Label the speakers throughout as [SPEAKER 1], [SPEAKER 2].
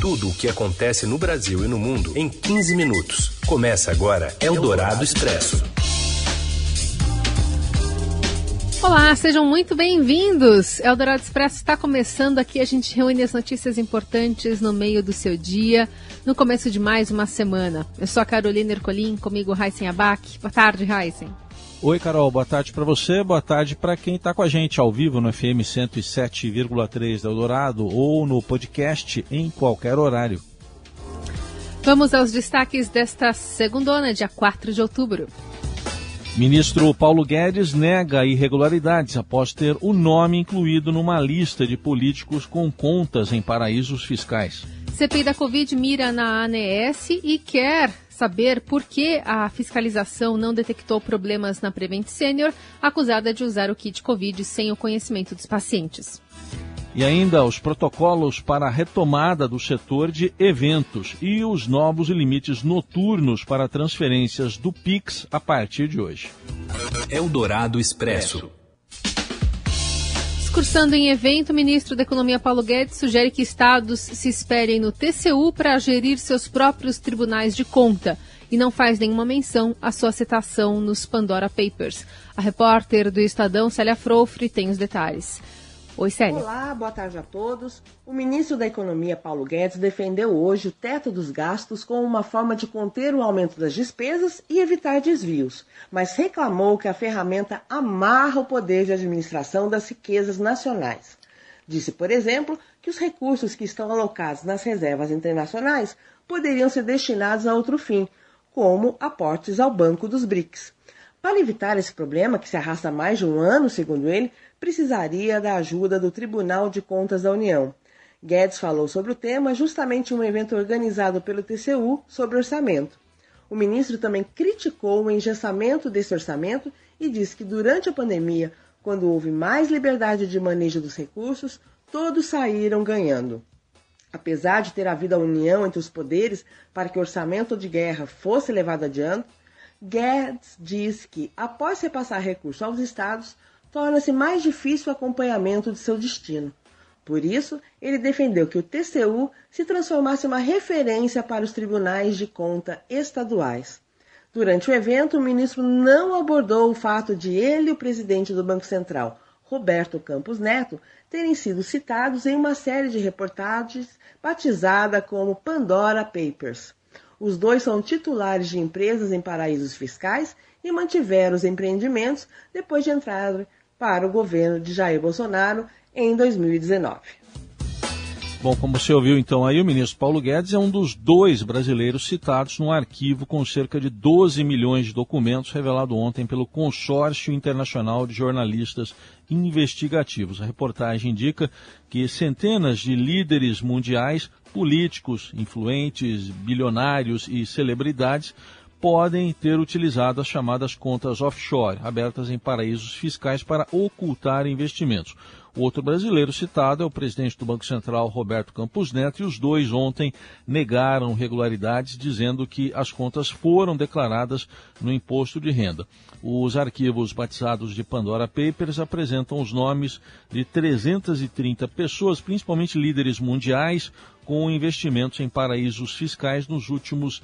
[SPEAKER 1] Tudo o que acontece no Brasil e no mundo em 15 minutos. Começa agora Eldorado Expresso.
[SPEAKER 2] Olá, sejam muito bem-vindos. Eldorado Expresso está começando aqui. A gente reúne as notícias importantes no meio do seu dia, no começo de mais uma semana. Eu sou a Carolina Ercolim, comigo Raíssen Abac. Boa tarde, Raíssen.
[SPEAKER 3] Oi, Carol. Boa tarde para você, boa tarde para quem está com a gente ao vivo no FM 107,3 da Eldorado ou no podcast em qualquer horário.
[SPEAKER 2] Vamos aos destaques desta segundona, dia 4 de outubro.
[SPEAKER 3] Ministro Paulo Guedes nega irregularidades após ter o nome incluído numa lista de políticos com contas em paraísos fiscais.
[SPEAKER 2] CPI da Covid mira na ANS e quer saber por que a fiscalização não detectou problemas na Prevent Senior, acusada de usar o kit Covid sem o conhecimento dos pacientes.
[SPEAKER 3] E ainda os protocolos para a retomada do setor de eventos e os novos limites noturnos para transferências do Pix a partir de hoje.
[SPEAKER 1] Eldorado Expresso.
[SPEAKER 2] Discursando em evento, o ministro da Economia Paulo Guedes sugere que estados se esperem no TCU para gerir seus próprios tribunais de conta e não faz nenhuma menção à sua citação nos Pandora Papers. A repórter do Estadão, Célia Frofre, tem os detalhes. Oi, Célia.
[SPEAKER 4] Olá, boa tarde a todos. O ministro da Economia, Paulo Guedes, defendeu hoje o teto dos gastos como uma forma de conter o aumento das despesas e evitar desvios, mas reclamou que a ferramenta amarra o poder de administração das riquezas nacionais. Disse, por exemplo, que os recursos que estão alocados nas reservas internacionais poderiam ser destinados a outro fim, como aportes ao Banco dos BRICS. Para evitar esse problema, que se arrasta há mais de um ano, segundo ele, precisaria da ajuda do Tribunal de Contas da União. Guedes falou sobre o tema justamente em um evento organizado pelo TCU sobre orçamento. O ministro também criticou o engessamento desse orçamento e disse que durante a pandemia, quando houve mais liberdade de manejo dos recursos, todos saíram ganhando. Apesar de ter havido a união entre os poderes para que o orçamento de guerra fosse levado adiante, Guedes diz que, após repassar recursos aos estados, torna-se mais difícil o acompanhamento de seu destino. Por isso, ele defendeu que o TCU se transformasse em uma referência para os tribunais de conta estaduais. Durante o evento, o ministro não abordou o fato de ele e o presidente do Banco Central, Roberto Campos Neto, terem sido citados em uma série de reportagens batizada como Pandora Papers. Os dois são titulares de empresas em paraísos fiscais e mantiveram os empreendimentos depois de entrar para o governo de Jair Bolsonaro em 2019.
[SPEAKER 3] Bom, como você ouviu então aí, o ministro Paulo Guedes é um dos 2 brasileiros citados num arquivo com cerca de 12 milhões de documentos revelado ontem pelo Consórcio Internacional de Jornalistas Investigativos. A reportagem indica que centenas de líderes mundiais, políticos, influentes, bilionários e celebridades podem ter utilizado as chamadas contas offshore, abertas em paraísos fiscais para ocultar investimentos. O outro brasileiro citado é o presidente do Banco Central, Roberto Campos Neto, e os dois ontem negaram irregularidades, dizendo que as contas foram declaradas no imposto de renda. Os arquivos batizados de Pandora Papers apresentam os nomes de 330 pessoas, principalmente líderes mundiais, com investimentos em paraísos fiscais nos últimos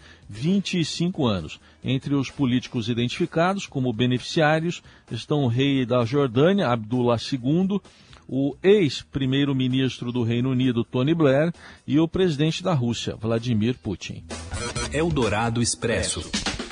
[SPEAKER 3] 25 anos. Entre os políticos identificados como beneficiários estão o rei da Jordânia, Abdullah II, o ex-primeiro-ministro do Reino Unido, Tony Blair, e o presidente da Rússia, Vladimir Putin.
[SPEAKER 1] Eldorado Expresso.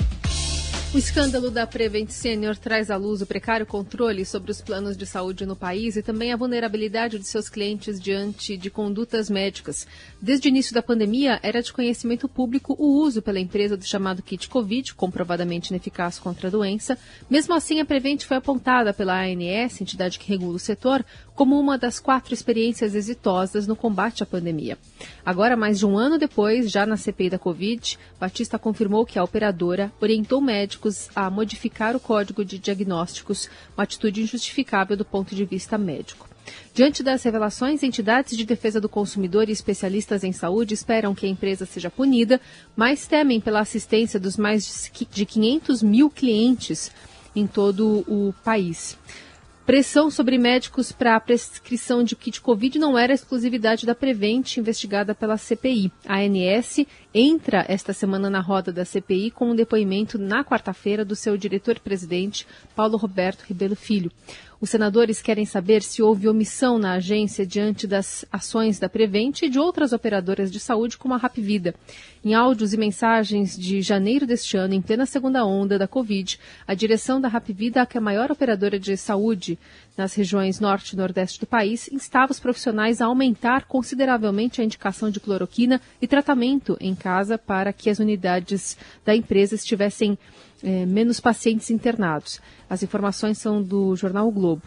[SPEAKER 2] O escândalo da Prevent Senior traz à luz o precário controle sobre os planos de saúde no país e também a vulnerabilidade de seus clientes diante de condutas médicas. Desde o início da pandemia, era de conhecimento público o uso pela empresa do chamado kit Covid, comprovadamente ineficaz contra a doença. Mesmo assim, a Prevent foi apontada pela ANS, entidade que regula o setor, como uma das 4 experiências exitosas no combate à pandemia. Agora, mais de um ano depois, já na CPI da Covid, Batista confirmou que a operadora orientou médicos a modificar o código de diagnósticos, uma atitude injustificável do ponto de vista médico. Diante das revelações, entidades de defesa do consumidor e especialistas em saúde esperam que a empresa seja punida, mas temem pela assistência dos mais de 500 mil clientes em todo o país. Pressão sobre médicos para a prescrição de kit Covid não era exclusividade da Prevent, investigada pela CPI. A ANS entra esta semana na roda da CPI com um depoimento na quarta-feira do seu diretor-presidente, Paulo Roberto Rebelo Filho. Os senadores querem saber se houve omissão na agência diante das ações da Prevent e de outras operadoras de saúde, como a Hapvida. Em áudios e mensagens de janeiro deste ano, em plena segunda onda da Covid, a direção da Hapvida, que é a maior operadora de saúde nas regiões norte e nordeste do país, instava os profissionais a aumentar consideravelmente a indicação de cloroquina e tratamento em casa para que as unidades da empresa estivessem menos pacientes internados. As informações são do jornal O Globo.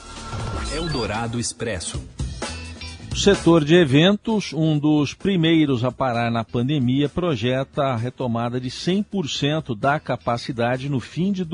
[SPEAKER 1] Eldorado Expresso.
[SPEAKER 3] O setor de eventos, um dos primeiros a parar na pandemia, projeta a retomada de 100% da capacidade no fim de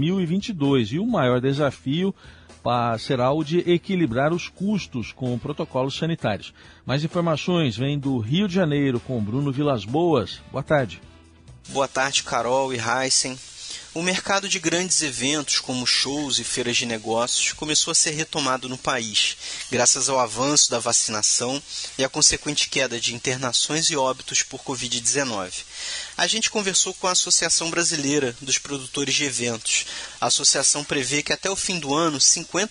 [SPEAKER 3] 2022. E o maior desafio será o de equilibrar os custos com protocolos sanitários. Mais informações vêm do Rio de Janeiro com Bruno Vilas Boas. Boa tarde.
[SPEAKER 5] Boa tarde, Carol e Heisen. O mercado de grandes eventos, como shows e feiras de negócios, começou a ser retomado no país, graças ao avanço da vacinação e à consequente queda de internações e óbitos por Covid-19. A gente conversou com a Associação Brasileira dos Produtores de Eventos. A associação prevê que até o fim do ano,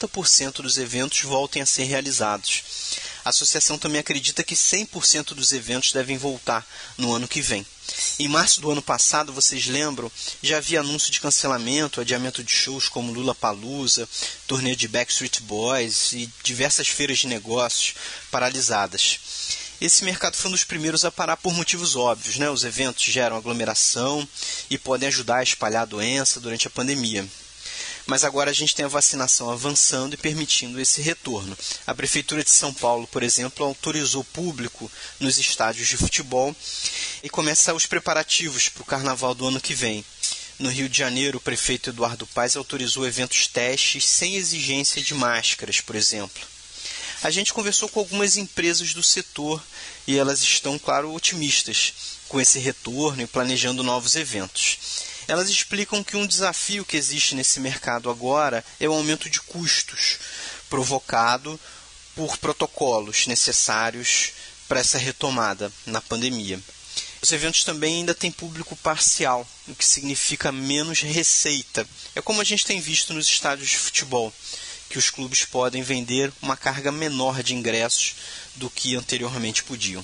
[SPEAKER 5] 50% dos eventos voltem a ser realizados. A associação também acredita que 100% dos eventos devem voltar no ano que vem. Em março do ano passado, vocês lembram, já havia anúncio de cancelamento, adiamento de shows como Lollapalooza, turnê de Backstreet Boys e diversas feiras de negócios paralisadas. Esse mercado foi um dos primeiros a parar por motivos óbvios, né? Os eventos geram aglomeração e podem ajudar a espalhar a doença durante a pandemia. Mas agora a gente tem a vacinação avançando e permitindo esse retorno. A Prefeitura de São Paulo, por exemplo, autorizou público nos estádios de futebol e começa os preparativos para o Carnaval do ano que vem. No Rio de Janeiro, o prefeito Eduardo Paes autorizou eventos testes sem exigência de máscaras, por exemplo. A gente conversou com algumas empresas do setor e elas estão, claro, otimistas com esse retorno e planejando novos eventos. Elas explicam que um desafio que existe nesse mercado agora é o aumento de custos provocado por protocolos necessários para essa retomada na pandemia. Os eventos também ainda têm público parcial, o que significa menos receita. É como a gente tem visto nos estádios de futebol, que os clubes podem vender uma carga menor de ingressos do que anteriormente podiam.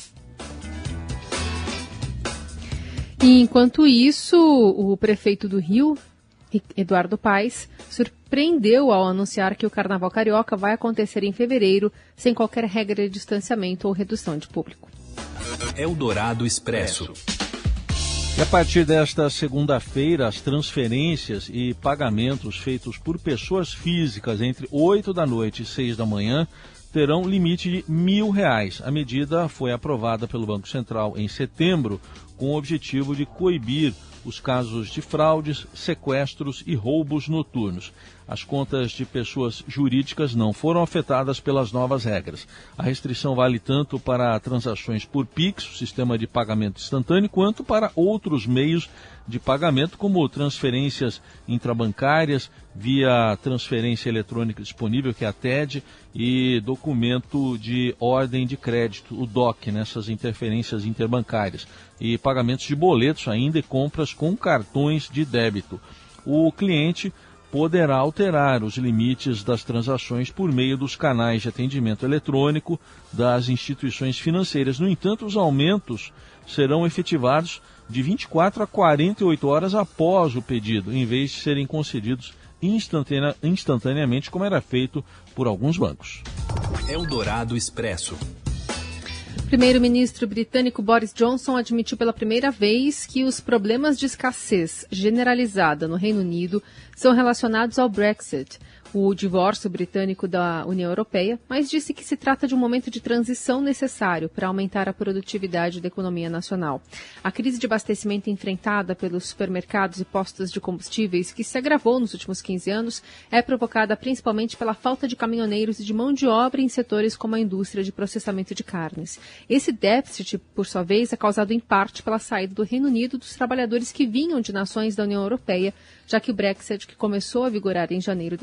[SPEAKER 2] E enquanto isso, o prefeito do Rio, Eduardo Paes, surpreendeu ao anunciar que o Carnaval Carioca vai acontecer em fevereiro, sem qualquer regra de distanciamento ou redução de público.
[SPEAKER 1] Eldorado Expresso.
[SPEAKER 3] E a partir desta segunda-feira, as transferências e pagamentos feitos por pessoas físicas entre 8 da noite e 6 da manhã terão limite de R$1.000. A medida foi aprovada pelo Banco Central em setembro, com o objetivo de coibir os casos de fraudes, sequestros e roubos noturnos. As contas de pessoas jurídicas não foram afetadas pelas novas regras. A restrição vale tanto para transações por Pix, o sistema de pagamento instantâneo, quanto para outros meios de pagamento, como transferências intrabancárias, via transferência eletrônica disponível, que é a TED, e documento de ordem de crédito, o DOC, nessas interferências interbancárias, e pagamentos de boletos ainda e compras com cartões de débito. O cliente poderá alterar os limites das transações por meio dos canais de atendimento eletrônico das instituições financeiras. No entanto, os aumentos serão efetivados de 24 a 48 horas após o pedido, em vez de serem concedidos instantaneamente, como era feito por alguns bancos.
[SPEAKER 1] Eldorado Expresso.
[SPEAKER 2] O primeiro-ministro britânico Boris Johnson admitiu pela primeira vez que os problemas de escassez generalizada no Reino Unido são relacionados ao Brexit, o divórcio britânico da União Europeia, mas disse que se trata de um momento de transição necessário para aumentar a produtividade da economia nacional. A crise de abastecimento enfrentada pelos supermercados e postos de combustíveis, que se agravou nos últimos 15 anos, é provocada principalmente pela falta de caminhoneiros e de mão de obra em setores como a indústria de processamento de carnes. Esse déficit, por sua vez, é causado em parte pela saída do Reino Unido dos trabalhadores que vinham de nações da União Europeia, já que o Brexit, que começou a vigorar em janeiro deste ano,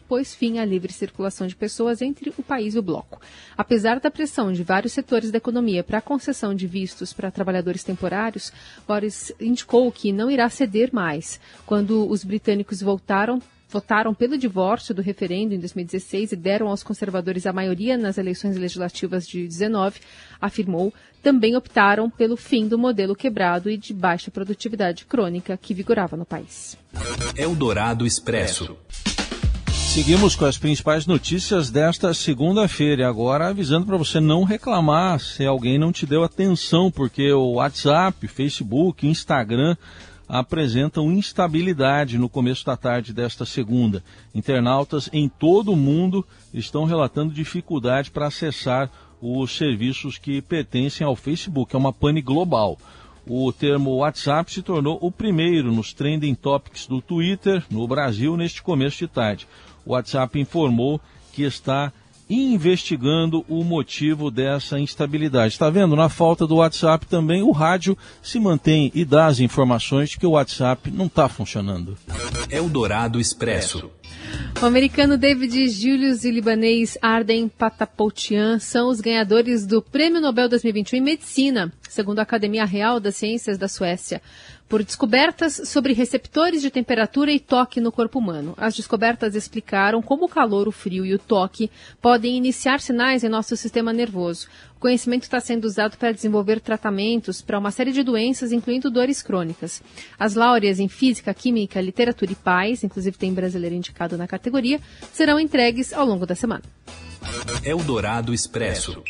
[SPEAKER 2] pôs fim à livre circulação de pessoas entre o país e o bloco. Apesar da pressão de vários setores da economia para a concessão de vistos para trabalhadores temporários, Boris indicou que não irá ceder mais. Quando os britânicos votaram pelo divórcio do referendo em 2016 e deram aos conservadores a maioria nas eleições legislativas de 19, afirmou, também optaram pelo fim do modelo quebrado e de baixa produtividade crônica que vigorava no país.
[SPEAKER 1] Eldorado Expresso.
[SPEAKER 3] Seguimos com as principais notícias desta segunda-feira. Agora avisando para você não reclamar se alguém não te deu atenção, porque o WhatsApp, Facebook, Instagram apresentam instabilidade no começo da tarde desta segunda. Internautas em todo o mundo estão relatando dificuldade para acessar os serviços que pertencem ao Facebook. É uma pane global. O termo WhatsApp se tornou o primeiro nos trending topics do Twitter no Brasil neste começo de tarde. O WhatsApp informou que está investigando o motivo dessa instabilidade. Está vendo? Na falta do WhatsApp também, o rádio se mantém e dá as informações de que o WhatsApp não está funcionando.
[SPEAKER 1] Eldorado Expresso.
[SPEAKER 2] O americano David Julius e o libanês Arden Patapoutian são os ganhadores do Prêmio Nobel 2021 em Medicina, segundo a Academia Real das Ciências da Suécia, por descobertas sobre receptores de temperatura e toque no corpo humano. As descobertas explicaram como o calor, o frio e o toque podem iniciar sinais em nosso sistema nervoso. O conhecimento está sendo usado para desenvolver tratamentos para uma série de doenças, incluindo dores crônicas. As laureas em Física, Química, Literatura e Paz, inclusive tem brasileiro indicado na categoria, serão entregues ao longo da semana.
[SPEAKER 1] Eldorado Expresso.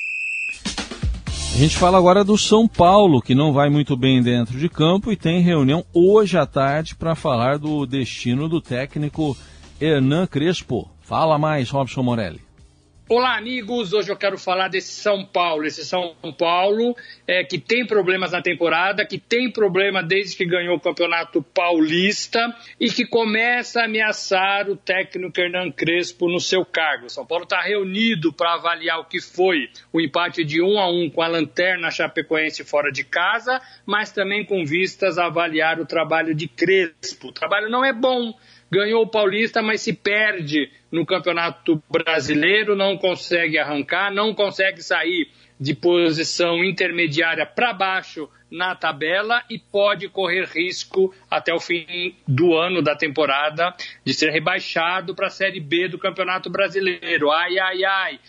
[SPEAKER 3] A gente fala agora do São Paulo, que não vai muito bem dentro de campo e tem reunião hoje à tarde para falar do destino do técnico Hernan Crespo. Fala mais, Robson Morelli.
[SPEAKER 6] Olá, amigos. Hoje eu quero falar desse São Paulo. Esse São Paulo que tem problemas na temporada, que tem problema desde que ganhou o Campeonato Paulista e que começa a ameaçar o técnico Hernan Crespo no seu cargo. O São Paulo está reunido para avaliar o que foi o empate de 1-1 com a Lanterna Chapecoense fora de casa, mas também com vistas a avaliar o trabalho de Crespo. O trabalho não é bom. Ganhou o Paulista, mas se perde no Campeonato Brasileiro, não consegue arrancar, não consegue sair de posição intermediária para baixo na tabela e pode correr risco até o fim do ano da temporada de ser rebaixado para a Série B do Campeonato Brasileiro. Ai, ai, ai.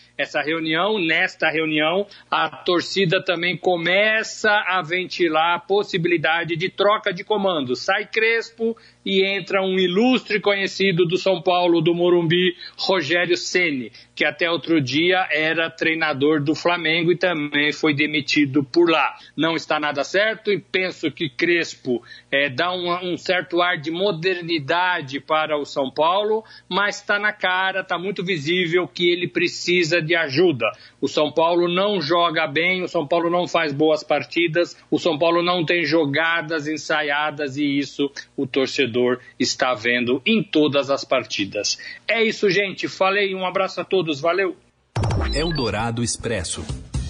[SPEAKER 6] Nesta reunião, a torcida também começa a ventilar a possibilidade de troca de comando. Sai Crespo e entra um ilustre conhecido do São Paulo, do Morumbi, Rogério Ceni, que até outro dia era treinador do Flamengo e também foi demitido por lá. Não está nada certo e penso que Crespo dá um certo ar de modernidade para o São Paulo, mas está na cara, está muito visível que ele precisa de ajuda. O São Paulo não joga bem, o São Paulo não faz boas partidas, o São Paulo não tem jogadas ensaiadas e isso o torcedor está vendo em todas as partidas. É isso, gente. Falei, um abraço a todos, valeu!
[SPEAKER 1] Eldorado Expresso.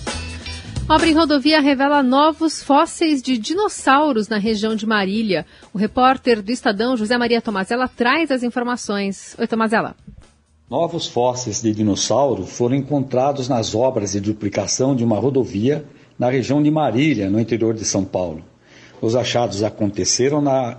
[SPEAKER 2] Obra em rodovia revela novos fósseis de dinossauros na região de Marília. O repórter do Estadão, José Maria Tomazella, traz as informações. Oi, Tomazella.
[SPEAKER 7] Novos fósseis de dinossauro foram encontrados nas obras de duplicação de uma rodovia na região de Marília, no interior de São Paulo. Os achados aconteceram na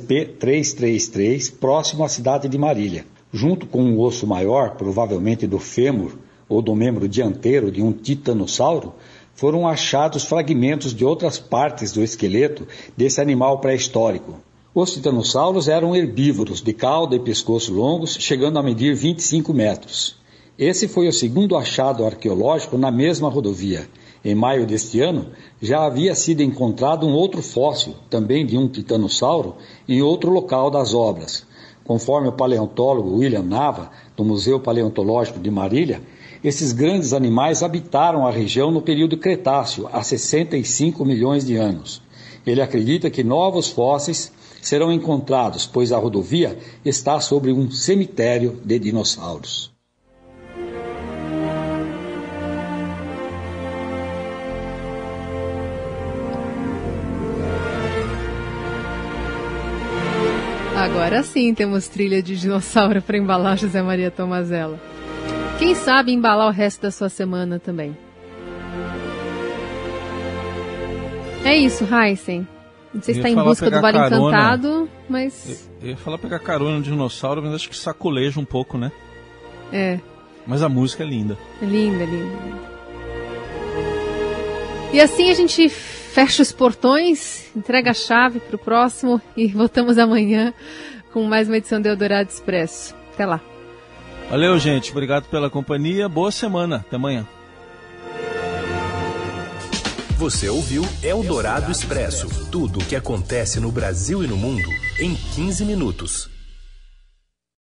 [SPEAKER 7] SP-333, próximo à cidade de Marília. Junto com um osso maior, provavelmente do fêmur ou do membro dianteiro de um titanossauro, foram achados fragmentos de outras partes do esqueleto desse animal pré-histórico. Os titanossauros eram herbívoros, de cauda e pescoço longos, chegando a medir 25 metros. Esse foi o segundo achado arqueológico na mesma rodovia. Em maio deste ano, já havia sido encontrado um outro fóssil, também de um titanossauro, em outro local das obras. Conforme o paleontólogo William Nava, do Museu Paleontológico de Marília, esses grandes animais habitaram a região no período Cretáceo, há 65 milhões de anos. Ele acredita que novos fósseis serão encontrados, pois a rodovia está sobre um cemitério de dinossauros.
[SPEAKER 2] Agora sim temos trilha de dinossauro para embalar José Maria Tomazella. Quem sabe embalar o resto da sua semana também. É isso, Heisen. Não sei se está em busca do Vale Encantado, mas...
[SPEAKER 3] Eu ia falar pegar carona no dinossauro, mas acho que sacoleja um pouco, né?
[SPEAKER 2] É.
[SPEAKER 3] Mas a música é linda.
[SPEAKER 2] É linda, linda. E assim a gente fecha os portões, entrega a chave para o próximo e voltamos amanhã com mais uma edição do Eldorado Expresso. Até lá.
[SPEAKER 3] Valeu, gente. Obrigado pela companhia. Boa semana. Até amanhã.
[SPEAKER 1] Você ouviu Eldorado Expresso. Tudo o que acontece no Brasil e no mundo em 15 minutos.